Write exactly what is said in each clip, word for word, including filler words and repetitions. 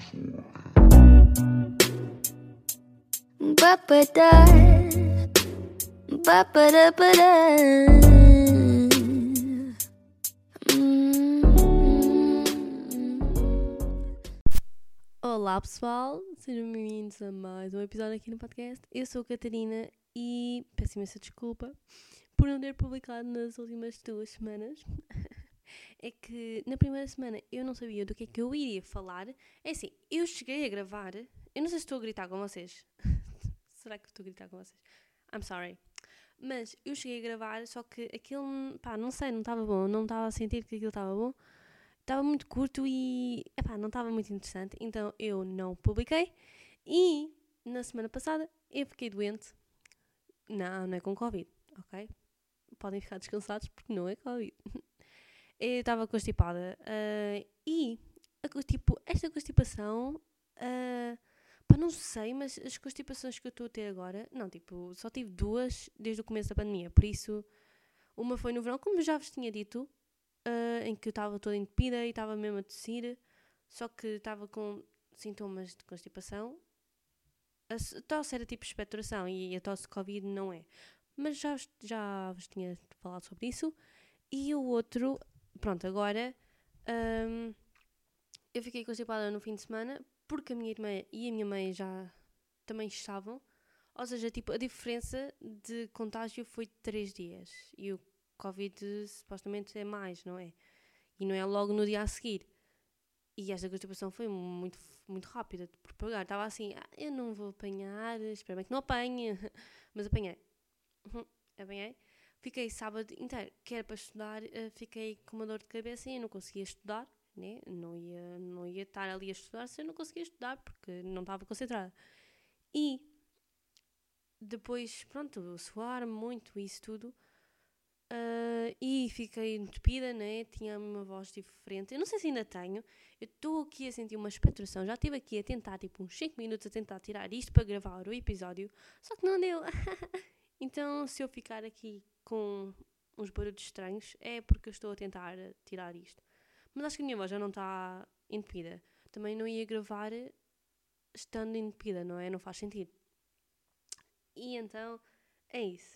Ba-ba-da, ba-ba-da-ba-da. Hum. Olá pessoal, sejam bem-vindos a mais um episódio aqui no podcast. Eu sou a Catarina e peço imensa desculpa por não ter publicado nas últimas duas semanas. É que na primeira semana eu não sabia do que é que eu iria falar. É assim, eu cheguei a gravar, eu não sei se estou a gritar com vocês. Será que estou a gritar com vocês? I'm sorry. Mas eu cheguei a gravar, só que aquilo, pá, não sei, não estava bom. Não estava a sentir que aquilo estava bom. Estava muito curto e, epá, não estava muito interessante. Então eu não publiquei. E na semana passada eu fiquei doente. Não, não é com Covid, ok? Podem ficar descansados porque não é Covid. Eu estava constipada. Uh, e, a, tipo, esta constipação... Uh, Pá, não sei, mas as constipações que eu estou a ter agora, não, tipo, só tive duas desde o começo da pandemia, por isso, uma foi no verão, como já vos tinha dito, uh, em que eu estava toda entupida e estava mesmo a tossir, só que estava com sintomas de constipação. A tosse era tipo expectoração e a tosse de Covid não é, mas já, já vos tinha falado sobre isso. E o outro, pronto, agora, um, eu fiquei constipada no fim de semana, porque a minha irmã e a minha mãe já também estavam. Ou seja, tipo, a diferença de contágio foi de três dias. E o Covid supostamente é mais, não é? E não é logo no dia a seguir. E esta constipação foi muito, muito rápida de propagar. Estava assim, ah, eu não vou apanhar, espero bem que não apanhe. Mas apanhei. Uhum, apanhei. Fiquei sábado inteiro, que era para estudar, fiquei com uma dor de cabeça e eu não conseguia estudar. Né? Não ia, não ia estar ali a estudar se eu não conseguia estudar porque não estava concentrada. E depois, pronto, suar muito isso tudo. Uh, e fiquei entupida, né? Tinha uma voz diferente. Eu não sei se ainda tenho. Eu estou aqui a sentir uma expectoração. Já estive aqui a tentar, tipo, uns cinco minutos a tentar tirar isto para gravar o episódio. Só que não deu. Então, se eu ficar aqui com uns barulhos estranhos, é porque eu estou a tentar tirar isto. Mas acho que a minha voz já não está entupida. Também não ia gravar estando entupida, não é? Não faz sentido. E então, é isso.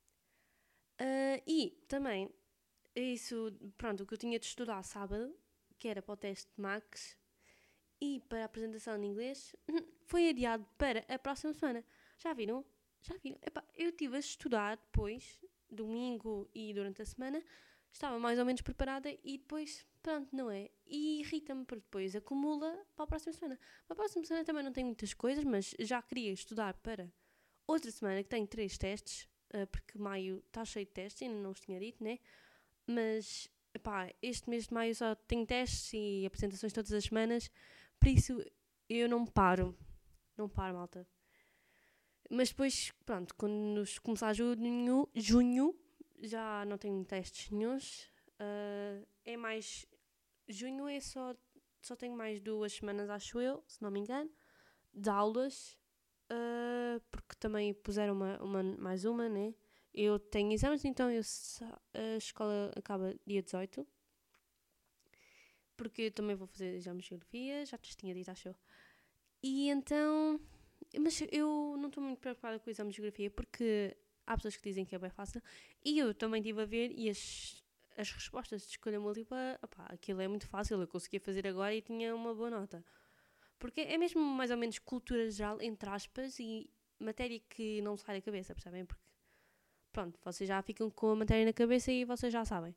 Uh, e também, é isso, pronto, o que eu tinha de estudar sábado, que era para o teste de Max e para a apresentação de inglês, foi adiado para a próxima semana. Já viram? Já viram? Epá, eu estive a estudar depois, domingo e durante a semana, estava mais ou menos preparada e depois, pronto, não é? E irrita-me porque depois acumula para a próxima semana. Para a próxima semana também não tenho muitas coisas, mas já queria estudar para outra semana que tenho três testes, uh, porque maio está cheio de testes, ainda não os tinha dito, né? Mas, pá, este mês de maio só tenho testes e apresentações todas as semanas, por isso eu não paro. Não paro, malta. Mas depois, pronto, quando começar junho, junho já não tenho testes nenhuns. Uh, é mais... Junho é só... Só tenho mais duas semanas, acho eu, se não me engano, de aulas. Uh, porque também puseram uma, uma, mais uma, né? Eu tenho exames, então eu, a escola acaba dia dezoito. Porque eu também vou fazer exames de geografia, já te tinha dito, acho eu. E então... Mas eu não estou muito preocupada com o exame de geografia porque há pessoas que dizem que é bem fácil. E eu também estive a ver e as, as respostas de escolha múltipla, opá, aquilo é muito fácil, eu conseguia fazer agora e tinha uma boa nota. Porque é mesmo mais ou menos cultura geral, entre aspas, e matéria que não sai da cabeça, percebem? Porque, pronto, vocês já ficam com a matéria na cabeça e vocês já sabem.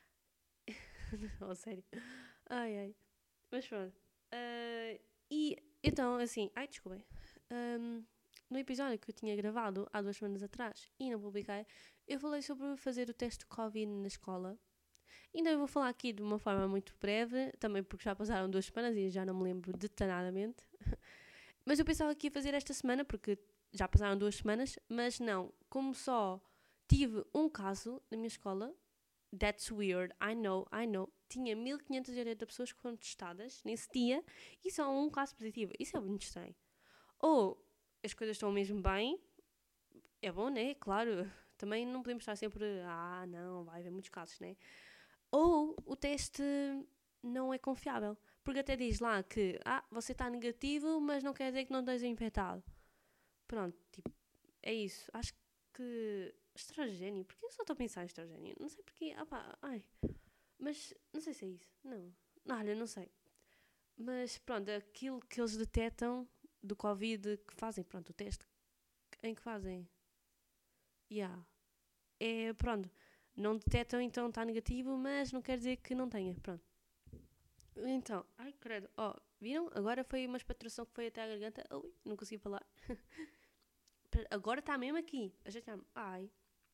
Oh, sério. Ai, ai. Mas pronto. Uh, e então, assim... Ai, desculpem. Um, no episódio que eu tinha gravado há duas semanas atrás e não publiquei, eu falei sobre fazer o teste de Covid na escola. Ainda eu vou falar aqui de uma forma muito breve, também porque já passaram duas semanas e já não me lembro detalhadamente. Mas eu pensava que ia fazer esta semana, porque já passaram duas semanas, mas não. Como só tive um caso na minha escola, that's weird, I know, I know, tinha mil quinhentas e oitenta pessoas que foram testadas nesse dia e só um caso positivo. Isso é muito estranho. Ou as coisas estão mesmo bem, é bom, né? Claro, também não podemos estar sempre, ah, não, vai haver muitos casos, né? Ou o teste não é confiável. Porque até diz lá que, ah, você está negativo, mas não quer dizer que não esteja infectado. Pronto, tipo, é isso. Acho que estrogénio, porque eu só estou a pensar em estrogénio? Não sei porque, ah pá, ai, mas não sei se é isso. Não, não olha, não sei. Mas pronto, aquilo que eles detectam do Covid que fazem, pronto, o teste em que fazem, yeah, é, pronto, não detectam, então está negativo, mas não quer dizer que não tenha, pronto. Então, ai credo, ó, oh, viram? Agora foi uma expectoração que foi até à garganta, ui, não consegui falar. Agora está mesmo aqui, ajeitar-me, ai.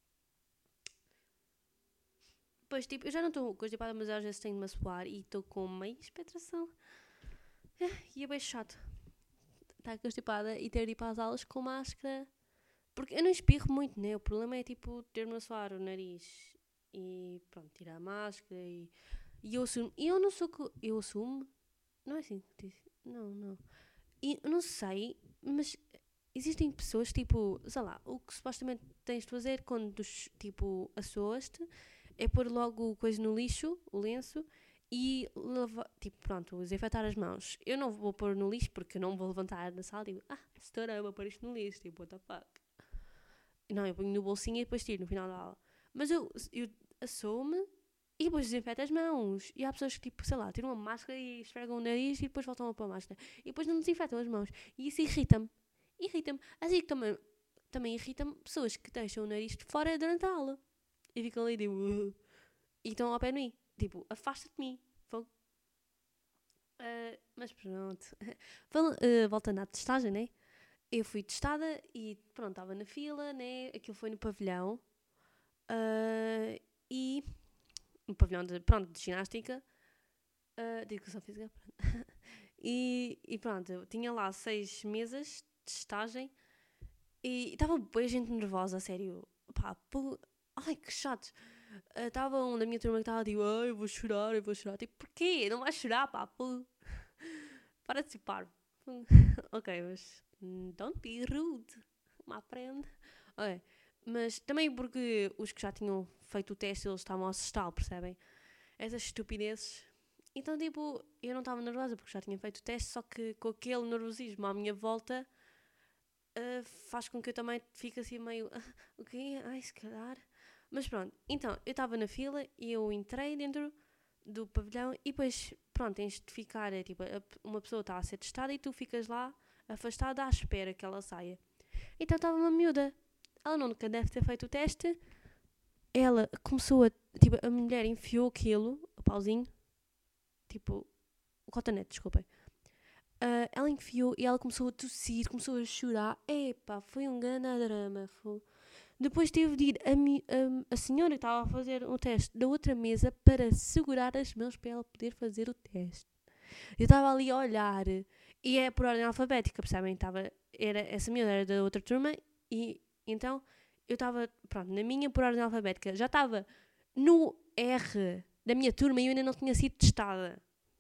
Pois, tipo, eu já não estou constipada, mas às vezes tenho de me suar e estou com meio expectoração. E é bem chato estar constipada e ter de ir para as aulas com máscara. Porque eu não espirro muito, né? O problema é, tipo, ter-me a suar o nariz e, pronto, tirar a máscara e... E eu assumo... E eu não sou... Co- eu assumo... Não é assim que diz? Não, não. E eu não sei, mas existem pessoas, tipo... Sei lá, o que supostamente tens de fazer quando, tipo, assoas-te é pôr logo coisa no lixo, o lenço, e lavar, tipo, pronto, desinfetar as mãos. Eu não vou pôr no lixo porque eu não vou levantar da sala e digo, ah, setora, vou pôr isto no lixo, tipo, what the fuck. Não, eu ponho no bolsinho e depois tiro no final da aula. Mas eu, eu assoo-me e depois desinfeto as mãos. E há pessoas que, tipo, sei lá, tiram uma máscara e esfregam o nariz e depois voltam a pôr a máscara. E depois não desinfetam as mãos. E isso irrita-me. Irrita-me. Assim que também, também irrita-me pessoas que deixam o nariz de fora durante a aula. E ficam ali, tipo, uh, e estão ao pé de mim. Tipo, afasta-te de mim. Fogo. Uh, mas pronto. uh, voltando à testagem, né? Eu fui testada e pronto, estava na fila, né? Aquilo foi no pavilhão. Uh, e no pavilhão de, pronto, de ginástica, uh, de educação física, pronto. e, e pronto, eu tinha lá seis mesas de testagem e estava bem gente nervosa, a sério. Pá, pô, ai que chato. Estava uh, um da minha turma que estava tipo, ai eu vou chorar, eu vou chorar. Tipo, porquê? Não vais chorar, pá, pô. Para de parvo. Ok, mas don't be rude, my friend. Ok, mas também porque os que já tinham feito o teste eles estavam a assustá-lo, percebem? Essas estupidezes. Então, tipo, eu não estava nervosa porque já tinha feito o teste, só que com aquele nervosismo à minha volta uh, faz com que eu também fique assim meio. Uh, o quê? Ai, se calhar. Mas pronto, então, eu estava na fila e eu entrei dentro do pavilhão e depois, pronto, tens de ficar, é tipo, uma pessoa está a ser testada e tu ficas lá afastada à espera que ela saia. Então estava uma miúda, ela nunca deve ter feito o teste, ela começou a, tipo, a mulher enfiou aquilo, o pauzinho, tipo, o cotonete, desculpem. Uh, ela enfiou e ela começou a tossir, começou a chorar. Epá, foi um grande drama. Foi. Depois teve de ir a, mi, a, a senhora que estava a fazer o teste da outra mesa para segurar as mãos para ela poder fazer o teste. Eu estava ali a olhar e é por ordem alfabética, percebem? Tava, era, essa miúda era da outra turma e então eu estava, pronto, na minha por ordem alfabética. Já estava no R da minha turma e eu ainda não tinha sido testada.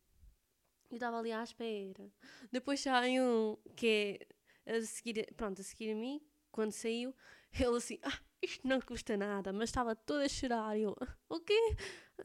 Eu estava ali à espera. Depois sai um que é a seguir, pronto, a seguir a mim, quando saiu, ele assim, ah, isto não custa nada, mas estava todo a chorar. Eu, o quê?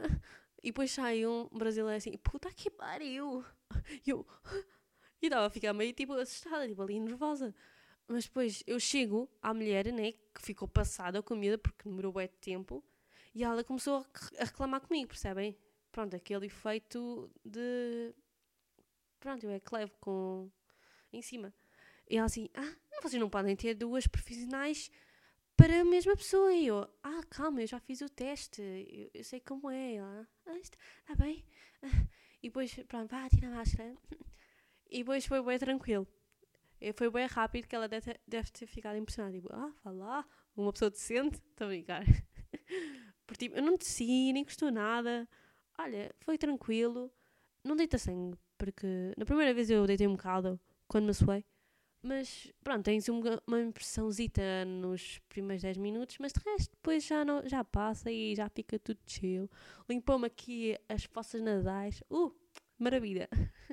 E depois sai um brasileiro assim, puta que pariu. E eu, e estava a ficar meio tipo assustada, tipo ali nervosa. Mas depois eu chego à mulher, né, que ficou passada com a miúda porque demorou bem de tempo, e ela começou a reclamar comigo, percebem? Pronto, aquele efeito de pronto, eu é que levo com em cima. E ela assim, ah, vocês não podem ter duas profissionais para a mesma pessoa. E eu, ah, calma, eu já fiz o teste, eu, eu sei como é. Ela, ah, está bem. E depois, pronto, vá, tira a máscara. E depois foi bem tranquilo. E foi bem rápido que ela deve ter, deve ter ficado impressionada. Tipo, ah, vá lá, uma pessoa decente. Estou a brincar. Porque tipo, eu não desci, nem custou nada. Olha, foi tranquilo. Não deita sangue, porque na primeira vez eu deitei um bocado quando me suei. Mas pronto, tens uma, uma impressãozita nos primeiros dez minutos, mas de resto depois já, não, já passa e já fica tudo chill. Limpou-me aqui as fossas nasais. Uh, maravilha.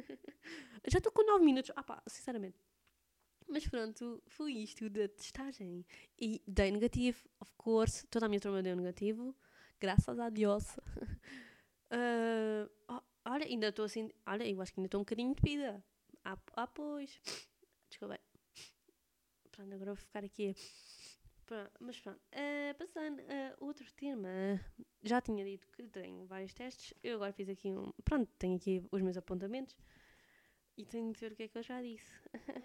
Já estou com nove minutos. Ah pá, sinceramente. Mas pronto, foi isto da testagem. E dei negativo, of course. Toda a minha turma deu negativo. Graças a Deus. uh, oh, Olha, ainda estou assim. Olha, eu acho que ainda estou um bocadinho de vida. Ah, ah, pois. Desculpa. Pronto, agora vou ficar aqui. Pronto, mas pronto. Uh, passando a outro tema. Já tinha dito que tenho vários testes. Eu agora fiz aqui um. Pronto, tenho aqui os meus apontamentos. E tenho de ver o que é que eu já disse.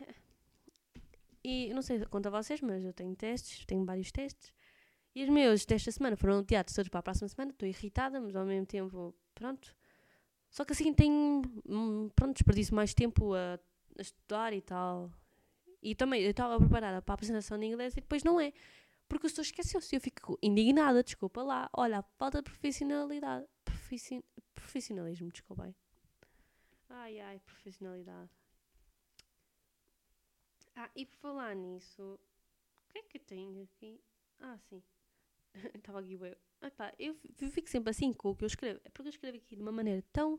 E não sei quanto a vocês, mas eu tenho testes. Tenho vários testes. E os meus testes da semana foram adiados todos para a próxima semana. Estou irritada, mas ao mesmo tempo, pronto. Só que assim tenho, pronto, desperdício mais tempo a, a estudar e tal. E também eu estava preparada para a apresentação de inglês e depois não é. Porque o senhor esqueceu-se. Eu fico indignada, desculpa lá. Olha, a falta de profissionalidade. Profici- profissionalismo, desculpem. Ai, ai, profissionalidade. Ah, e por falar nisso, o que é que eu tenho aqui? Ah, sim. Estava aqui eu. Epá, eu fico sempre assim com o que eu escrevo. É porque eu escrevo aqui de uma maneira tão,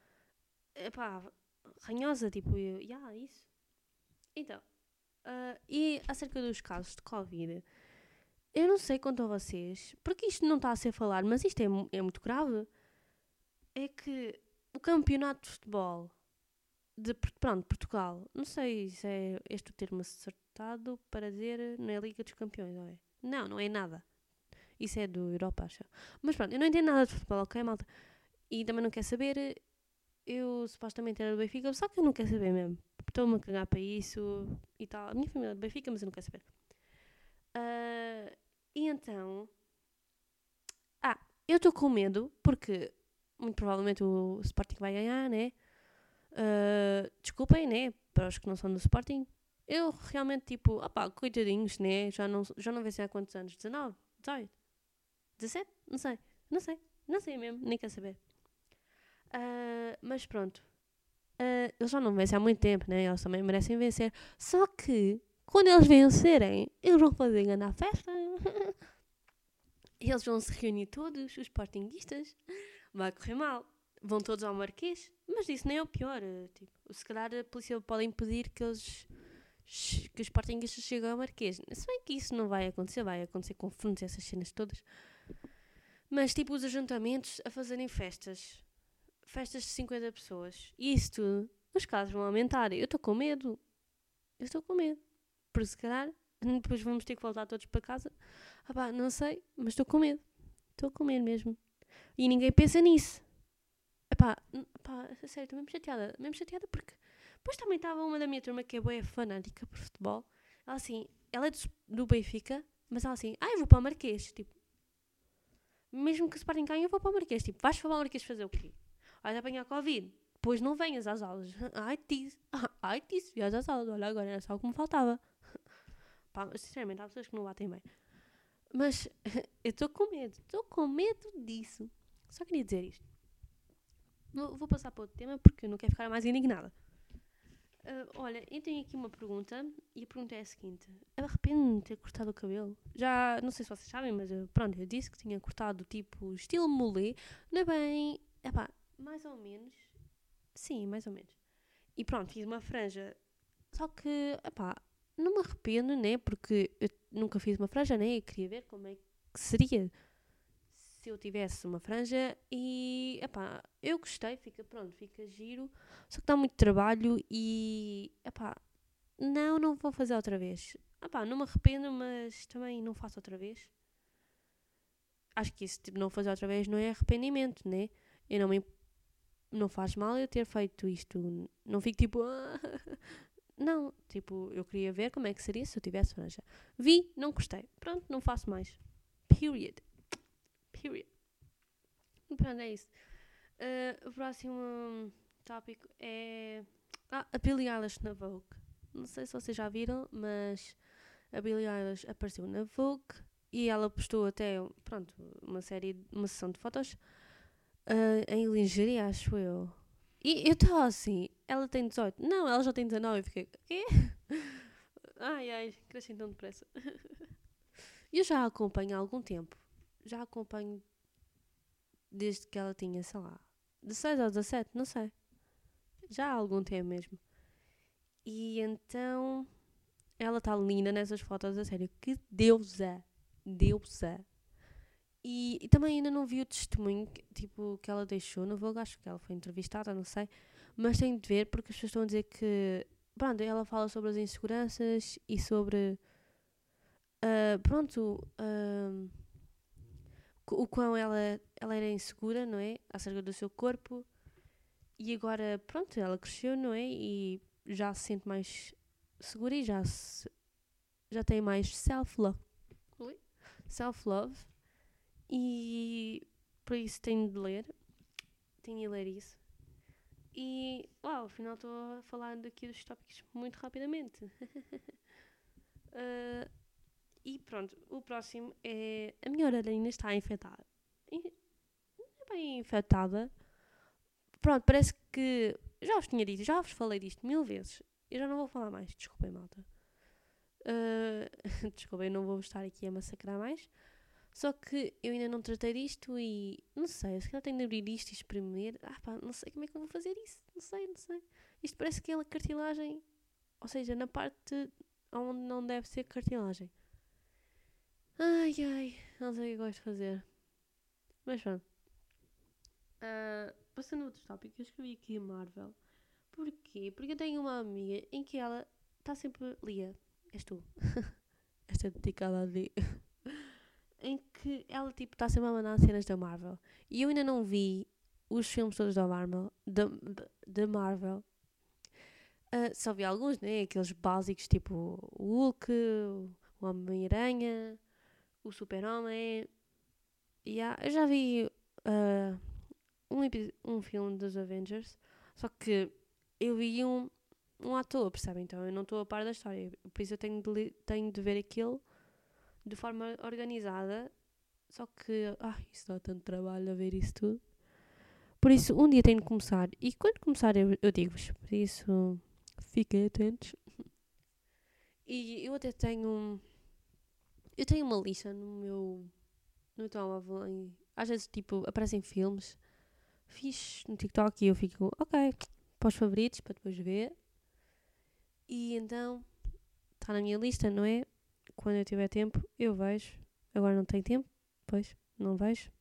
epá, ranhosa, tipo, eu, yeah, isso. Então, uh, e acerca dos casos de Covid, eu não sei quanto a vocês, porque isto não está a ser falado, mas isto é, é muito grave. É que o campeonato de futebol de, pronto, Portugal, não sei se é este o termo acertado para dizer, não é Liga dos Campeões, não é? Não, não é nada. Isso é do Europa, acho. Mas pronto, eu não entendo nada de futebol, ok, malta? E também não quero saber. Eu supostamente era do Benfica, só que eu não quero saber mesmo. Estou-me a cagar para isso e tal. A minha família é do Benfica, mas eu não quero saber. Uh, e então. Ah, eu estou com medo, porque muito provavelmente o Sporting vai ganhar, né? Uh, desculpem, né? Para os que não são do Sporting. Eu realmente, tipo, opá, coitadinhos, né? Já não, já não vencem há quantos anos? dezanove? dezoito? dezassete? Não sei. Não sei. Não sei mesmo, nem quero saber. Uh, mas pronto. Uh, eles já não vencem há muito tempo, né? Eles também merecem vencer. Só que, quando eles vencerem, eles vão fazer grande festa. Eles vão se reunir todos, os sportinguistas. Vai correr mal. Vão todos ao Marquês. Mas isso nem é o pior. Tipo, se calhar a polícia pode impedir que eles que os sportinguistas cheguem ao Marquês. Se bem que isso não vai acontecer, vai acontecer confrontos, essas cenas todas. Mas tipo os ajuntamentos a fazerem festas. Festas de cinquenta pessoas. E isso tudo. Os casos vão aumentar. Eu estou com medo. Eu estou com medo. Porque se calhar depois vamos ter que voltar todos para casa. Ah pá, não sei, mas estou com medo. Estou com medo mesmo. E ninguém pensa nisso. Epá, pá, a sério, estou mesmo chateada. Mesmo chateada porque... Depois também estava uma da minha turma que é boa fanática por futebol. Ela assim, ela é do, do Benfica, mas ela assim, ah, eu vou para o Marquês. Tipo, mesmo que o Sporting ganhe, eu vou para o Marquês. Tipo, vais para o Marquês fazer o quê? Vais apanhar Covid. Depois não venhas às aulas. Ai, disse. Ai, disse, vias às aulas. Olha, agora era só o que me faltava. Pá, sinceramente, há pessoas que não batem bem. Mas eu estou com medo. Estou com medo disso. Só queria dizer isto. Vou, vou passar para outro tema porque eu não quero ficar mais indignada. Uh, olha, eu tenho aqui uma pergunta e a pergunta é a seguinte: arrependo-me de ter cortado o cabelo? Já, não sei se vocês sabem, mas eu, pronto, eu disse que tinha cortado tipo estilo mulê. Não é bem, epá, mais ou menos. Sim, mais ou menos. E pronto, fiz uma franja. Só que, epá, não me arrependo, né? Porque eu nunca fiz uma franja, né? E queria ver como é que seria se eu tivesse uma franja e, epá, eu gostei, fica pronto, fica giro, só que dá muito trabalho e, epá, não, não vou fazer outra vez. Epá, não me arrependo, mas também não faço outra vez. Acho que isso, tipo, não fazer outra vez não é arrependimento, né? Eu não me, não faz mal eu ter feito isto, não fico tipo, ah. Não, tipo, eu queria ver como é que seria se eu tivesse franja. Vi, não gostei, pronto, não faço mais. Period. Period. Pronto, é isso. Uh, o próximo tópico é ah, a Billie Eilish na Vogue. Não sei se vocês já viram, mas a Billie Eilish apareceu na Vogue e ela postou até, pronto, uma série, uma sessão de fotos uh, em lingerie, acho eu. E eu estava assim, ela tem dezoito. Não, ela já tem dezanove. Eu fiquei, quê? Ai, ai, crescem tão depressa. Eu já a acompanho há algum tempo. Já a acompanho desde que ela tinha, sei lá, dezesseis ou dezassete, não sei. Já há algum tempo mesmo. E então, ela está linda nessas fotos, a sério. Que deusa! Deusa! E, e também ainda não vi o testemunho que, tipo, que ela deixou no Vogue, acho que ela foi entrevistada, não sei, mas tenho de ver porque as pessoas estão a dizer que, pronto, ela fala sobre as inseguranças e sobre, ah, pronto, ah, o quão ela, ela era insegura, não é? Acerca do seu corpo. E agora, pronto, ela cresceu, não é? E já se sente mais segura e já, se, já tem mais self-love. Self-love. E por isso tenho de ler. Tenho de ler isso. E, uau, afinal estou a falar daqui dos tópicos muito rapidamente. uh, e pronto, o próximo é... A minha orelha ainda está infectada. Não é bem infectada. Pronto, parece que... Já vos tinha dito, já vos falei disto mil vezes. Eu já não vou falar mais, desculpem, malta. Uh, desculpem, não vou estar aqui a massacrar mais. Só que eu ainda não tratei disto e não sei, se calhar tenho de abrir isto e espremer. Ah pá, não sei como é que eu vou fazer isso. Não sei, não sei. Isto parece que é cartilagem, ou seja, na parte onde não deve ser cartilagem. Ai ai, não sei o que eu gosto de fazer. Mas pronto. Uh, passando a outros tópicos, eu escrevi aqui a Marvel. Porquê? Porque eu tenho uma amiga em que ela está sempre... Lia, és tu. Esta é dedicada a Lia. Em que ela tipo está sempre a mandar cenas da Marvel. E eu ainda não vi os filmes todos da Marvel. Da, da Marvel. Uh, só vi alguns, né? Aqueles básicos tipo o Hulk, o Homem-Aranha, o Super-Homem. Yeah, eu já vi uh, um, um filme dos Avengers. Só que eu vi um, um ator, percebem? Então eu não estou a par da história. Por isso eu tenho de, tenho de ver aquilo de forma organizada. Só que, ai, isso dá tanto trabalho a ver isso tudo. Por isso, um dia tenho de começar. E quando começar, eu, eu digo-vos. Por isso, fiquem atentos. E eu até tenho... Eu tenho uma lista no meu... No telemóvel. Em, às vezes, tipo, aparecem filmes. Fiz no TikTok e eu fico, ok, para os favoritos, para depois ver. E então, está na minha lista, não é? Quando eu tiver tempo, eu vejo. Agora não tenho tempo, pois, não vejo.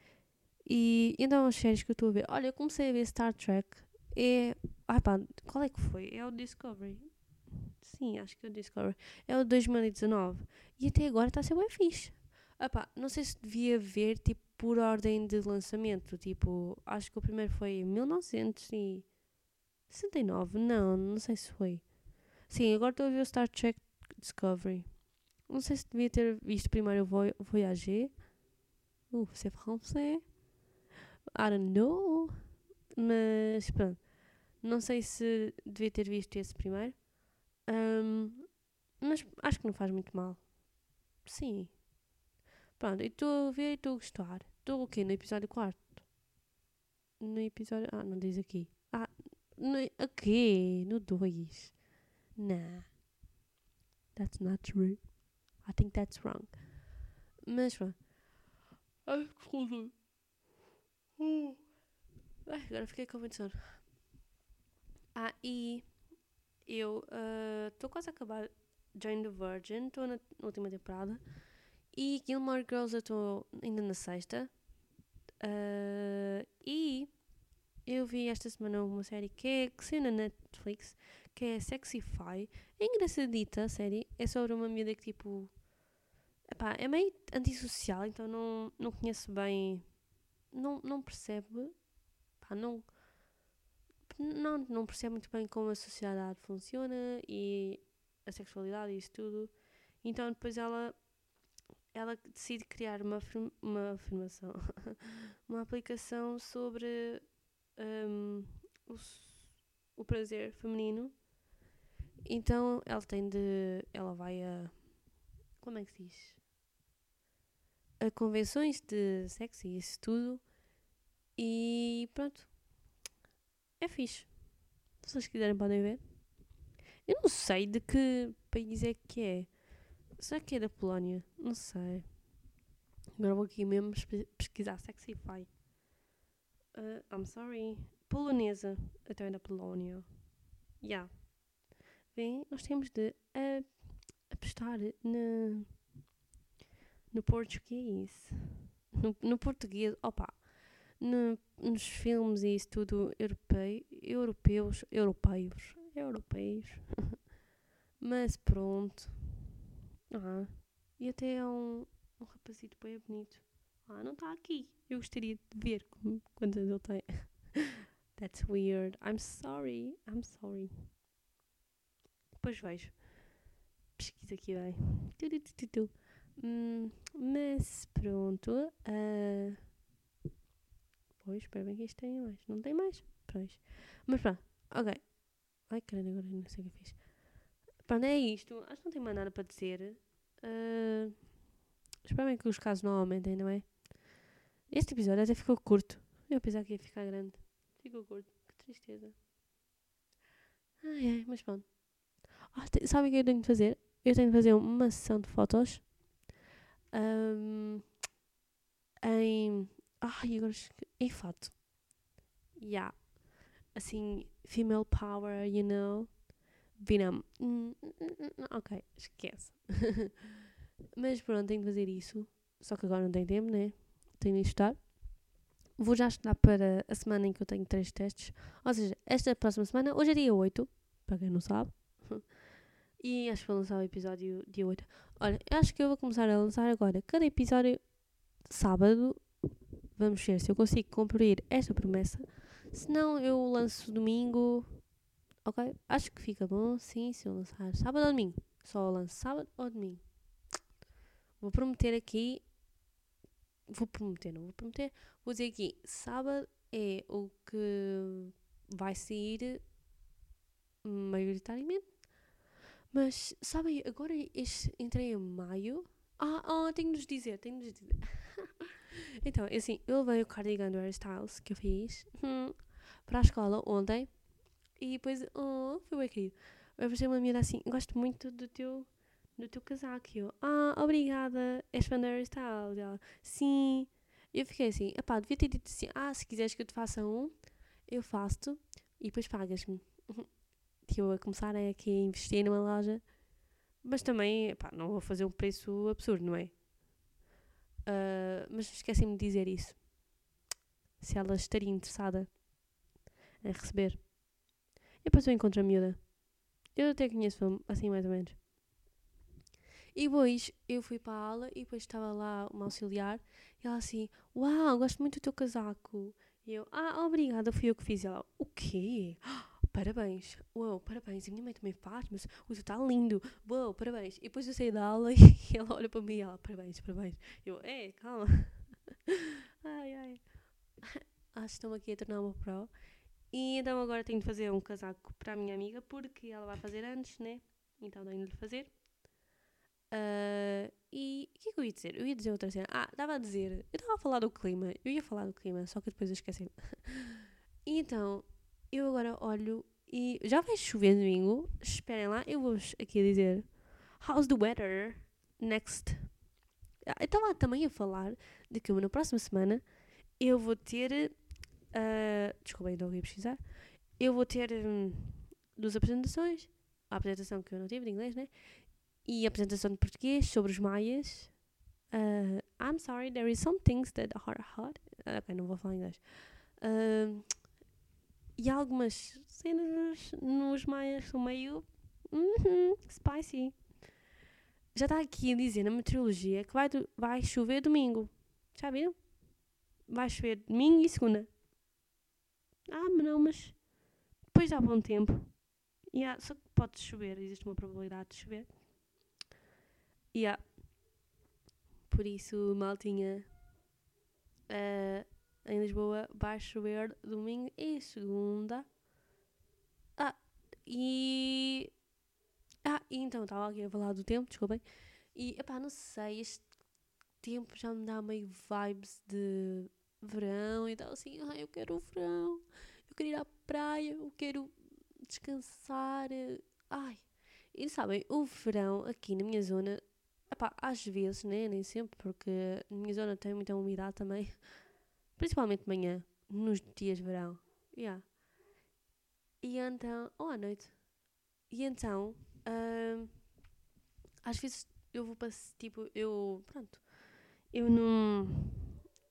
E então as séries que eu estou a ver. Olha, eu comecei a ver Star Trek. É. Ai pá, qual é que foi? É o Discovery. Sim, acho que é o Discovery. É o dois mil e dezanove. E até agora está a ser bem fixe. Ah pá, não sei se devia ver tipo por ordem de lançamento. Tipo, acho que o primeiro foi em mil novecentos e sessenta e nove. Não, não sei se foi. Sim, agora estou a ver o Star Trek Discovery. Não sei se devia ter visto primeiro o Voyager. Uh, c'est français. I don't know. Mas pronto. Não sei se devia ter visto esse primeiro. Um, mas acho que não faz muito mal. Sim. Pronto, e estou a ver e estou a gostar. Estou o quê? No episódio quarto? No episódio... Ah, não diz aqui. Ah, no... aqui? No dois. Nah. That's not true. I think that's wrong. Mas pronto. Ai, que foda. Uh. Ai, agora fiquei com muito sono. Ah, e eu estou uh, quase a acabar Jane the Virgin. Estou na última temporada. E Gilmore Girls eu estou ainda na sexta. Uh, e eu vi esta semana uma série que é que saiu na Netflix, que é Sexify. É engraçadita a série. É sobre uma miúda que tipo... Epá, é meio antissocial, então não, não conheço bem... Não, não percebe... Pá, não, não, não percebe muito bem como a sociedade funciona e a sexualidade e isso tudo. Então depois ela... Ela decide criar uma, uma afirmação... uma aplicação sobre um, o, o prazer feminino. Então ela tem de... Ela vai a... Como é que se diz? A convenções de sexo e isso tudo. E pronto. É fixe. Se vocês quiserem podem ver. Eu não sei de que país é que é. Será que é da Polónia? Não sei. Agora vou aqui mesmo pesquisar Sexify. Uh, I'm sorry. Polonesa. Até é da Polónia. Yeah. Bem, nós temos de uh, apostar na, no português. no, no português, opa, no, nos filmes e isso tudo europeu, europeus, europeus, europeus, mas pronto. Ah, e até é um, um rapazito bem bonito. Ah, não está aqui. Eu gostaria de ver como, quantos anos ele tem. That's weird. I'm sorry. I'm sorry. Depois vejo. Pesquisa aqui bem. Tu, tu, tu, tu, tu. Hum, mas pronto. Uh, pois, espero bem que isto tenha mais. Não tem mais? Pois. Mas pronto. Ok. Ai, caramba, agora não sei o que eu fiz. Pronto, é isto. Acho que não tenho mais nada para dizer. Uh, espero bem que os casos não aumentem, não é? Este episódio até ficou curto. Eu pensava que ia ficar grande. Ficou curto. Que tristeza. Ai, ai, mas pronto. Ah, te, sabe o que eu tenho de fazer? Eu tenho de fazer uma sessão de fotos. Um, em... Ai, agora... Em fato. Yeah. Assim, female power, you know. Viram. Hum, hum, hum, ok, esquece. Mas pronto, tenho de fazer isso. Só que agora não tenho tempo, né? Tenho de estudar. Vou já estudar para a semana em que eu tenho três testes. Ou seja, esta próxima semana, hoje é dia oito, para quem não sabe. E acho que vou lançar o episódio dia oito. Olha, acho que eu vou começar a lançar agora cada episódio sábado. Vamos ver se eu consigo cumprir esta promessa. Se não, eu lanço domingo. Ok? Acho que fica bom, sim, se eu lançar sábado ou domingo. Só lanço sábado ou domingo. Vou prometer aqui. Vou prometer, não vou prometer. Vou dizer aqui, sábado é o que vai sair maioritariamente. Mas, sabem, agora este, entrei em maio. Ah, oh, tenho de vos dizer, tenho de vos dizer. Então, assim, eu levei o cardigan do Harry Styles que eu fiz hum, para a escola ontem. E depois, oh, foi bem querido. Eu fazer uma miúda assim, gosto muito do teu, do teu casaco. E eu, ah, obrigada, és fã do Harry Styles? E ela, sim. E eu fiquei assim, epá, devia ter dito assim, ah, se quiseres que eu te faça um, eu faço-te e depois pagas-me. Que eu a começar aqui a investir numa loja. Mas também, epá, não vou fazer um preço absurdo, não é? Uh, mas esqueci-me de dizer isso. Se ela estaria interessada em receber. E depois eu encontro a miúda. Eu até conheço assim mais ou menos. E depois eu fui para a aula e depois estava lá uma auxiliar e ela assim, uau, gosto muito do teu casaco. E eu, ah, obrigada, fui eu que fiz. E ela, o quê? Parabéns. Uau, parabéns. A minha mãe também faz, mas o teu está lindo. Uau, parabéns. E depois eu saí da aula e ela olha para mim e ela, parabéns, parabéns. Eu, é, calma. Ai, ai. Acho que estou aqui a tornar uma pro. E então agora tenho de fazer um casaco para a minha amiga porque ela vai fazer antes, né? Então tenho de fazer. Uh, e o que é que eu ia dizer? Eu ia dizer outra cena. Ah, estava a dizer. Eu estava a falar do clima. Eu ia falar do clima, só que depois eu esqueci. E então, eu agora olho e já vai chover domingo. Esperem lá, eu vou aqui dizer how's the weather next. Eu estava também a falar de que na próxima semana eu vou ter. Uh, desculpem, não ia pesquisar. Eu vou ter um, duas apresentações. A apresentação que eu não tive de inglês, né? E a apresentação de português sobre os maias. Uh, I'm sorry, there is some things that are hot. Uh, ok, não vou falar inglês. Uh, e algumas cenas nos maias são meio uh-huh, spicy. Já está aqui a dizer na meteorologia que vai, do, vai chover domingo. Já viram? Vai chover domingo e segunda. Ah, mas não, mas depois dá bom tempo. Yeah, só que pode chover, existe uma probabilidade de chover. Yeah. Por isso, maltinha, uh, em Lisboa vai chover domingo e segunda. Ah, e... Ah, e então, estava aqui a falar do tempo, desculpem. E, epá, não sei, este tempo já me dá meio vibes de verão e tal, assim, ai, eu quero o verão, eu quero ir à praia, eu quero descansar, ai. E sabem, o verão aqui na minha zona, epá, às vezes, né, nem sempre, porque na minha zona tem muita umidade também, principalmente de manhã, nos dias de verão, yeah. E então, ou à noite, e então, hum, às vezes eu vou para, tipo, eu, pronto, eu não,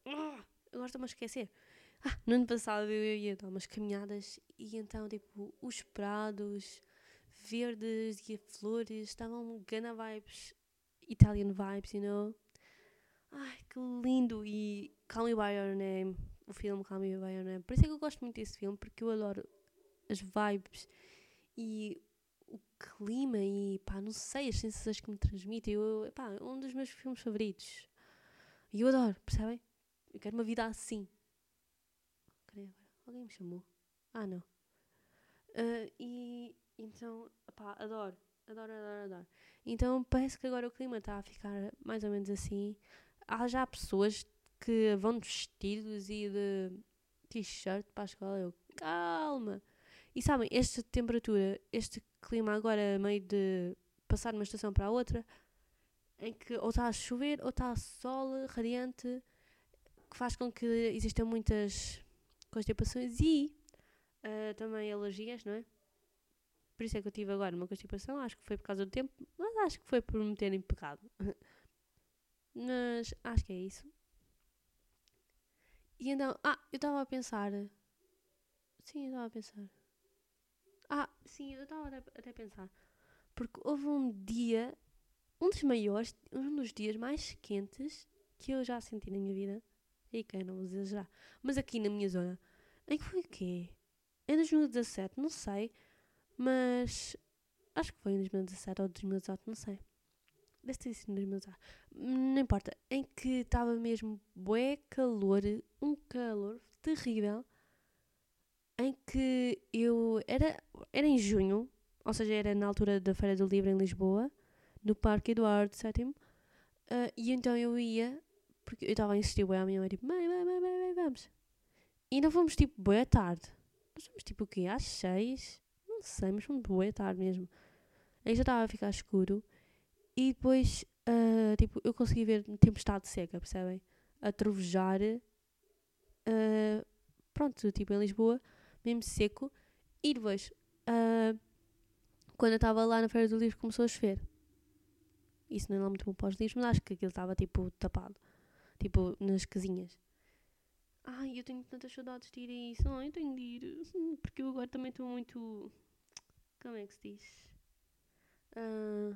Ah, agora estou-me a esquecer. Ah, no ano passado eu ia dar umas caminhadas e então, tipo, os prados verdes e as flores estavam gana vibes, Italian vibes, you know? Ai, que lindo! E Call Me By Your Name, o filme Call Me By Your Name. Por isso é que eu gosto muito desse filme, porque eu adoro as vibes e o clima e, pá, não sei, as sensações que me transmite. Eu, pá, é um dos meus filmes favoritos. E eu adoro, percebem? Eu quero uma vida assim. Cadê agora? Alguém me chamou? Ah, não. Ah, e então, pá, adoro. Adoro, adoro, adoro. Então parece que agora o clima está a ficar mais ou menos assim. Há já pessoas que vão de vestidos e de t-shirt para a escola. Eu, calma! E sabem, esta temperatura, este clima agora meio de passar de uma estação para a outra, em que ou está a chover ou está a sol radiante, que faz com que existam muitas constipações e uh, também alergias, não é? Por isso é que eu tive agora uma constipação, acho que foi por causa do tempo, mas acho que foi por me terem pegado. Mas acho que é isso. E então, ah, eu estava a pensar. Sim, eu estava a pensar. Ah, sim, eu estava até, até a pensar. Porque houve um dia, um dos maiores, um dos dias mais quentes que eu já senti na minha vida. E que não vou exagerar. Mas aqui na minha zona. Em que foi o quê? Em dois mil e dezassete, não sei. Mas acho que foi em dois mil e dezassete ou dois mil e dezoito, não sei. Deve ter sido em dois mil e dezoito. Não importa. Em que estava mesmo bué calor. Um calor terrível. Em que eu... Era, era em junho. Ou seja, era na altura da Feira do Livro em Lisboa. No Parque Eduardo sétimo. Uh, e então eu ia... Porque eu estava a insistir bué à minha mãe. Tipo, mãe, mãe, mãe, mãe, mãe, vamos. E ainda fomos tipo bué tarde. Nós fomos tipo o quê? Às seis? Não sei, mas fomos bué tarde mesmo. Aí já estava a ficar escuro. E depois, uh, tipo, eu consegui ver tempestade seca, percebem? A trovejar. Uh, pronto, tipo, em Lisboa, mesmo seco. E depois, uh, quando eu estava lá na Feira do Livro, começou a chover. Isso não é lá muito bom para os livros, mas acho que aquilo estava, tipo, tapado. Tipo, nas casinhas. Ai, eu tenho tantas saudades de ir a isso. Ai, eu tenho de ir. Porque eu agora também estou muito... Como é que se diz? Uh,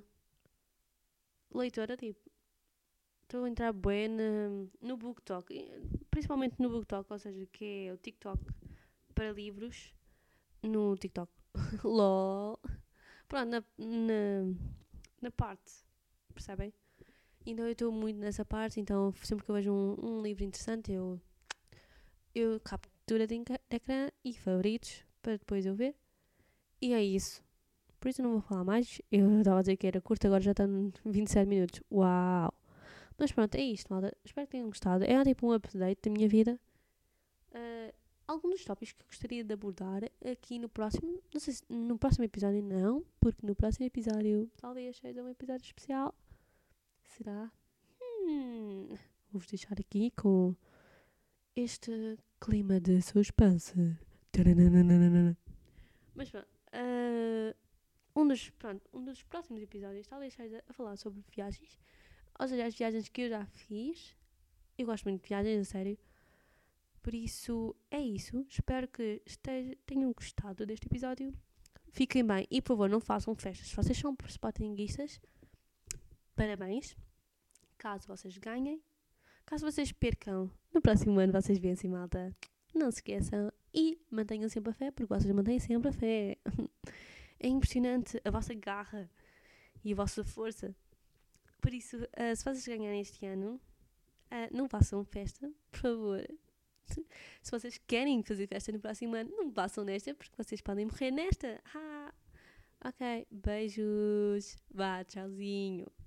leitora, tipo. Estou a entrar bué na, no BookTok. Principalmente no BookTok, ou seja, que é o TikTok para livros. No TikTok. LOL. Pronto, na, na, na parte. Percebem? Então eu estou muito nessa parte. Então sempre que eu vejo um, um livro interessante, eu... Eu captura de ecrã e favoritos para depois eu ver. E é isso. Por isso eu não vou falar mais. Eu estava a dizer que era curto, agora já está em vinte e sete minutos. Uau! Mas pronto, é isto, malta. Espero que tenham gostado. É tipo um update da minha vida. Uh, alguns dos tópicos que eu gostaria de abordar aqui no próximo. Não sei se no próximo episódio não, porque no próximo episódio talvez seja um episódio especial. Será? Hum, vou-vos deixar aqui com este clima de suspense. Mas pronto, uh, um, dos, pronto, um dos próximos episódios talvez seja a falar sobre viagens. Ou seja, as viagens que eu já fiz. Eu gosto muito de viagens, a sério. Por isso, é isso. Espero que esteja, tenham gostado deste episódio. Fiquem bem e, por favor, não façam festas. Se vocês são sportinguistas, parabéns. Caso vocês ganhem. Caso vocês percam, no próximo ano vocês vencem, malta. Não se esqueçam e mantenham sempre a fé, porque vocês mantêm sempre a fé. É impressionante a vossa garra e a vossa força. Por isso, uh, se vocês ganharem este ano, uh, não façam festa, por favor. Se vocês querem fazer festa no próximo ano, não façam nesta, porque vocês podem morrer nesta. Ah, ok, beijos. Vá, tchauzinho.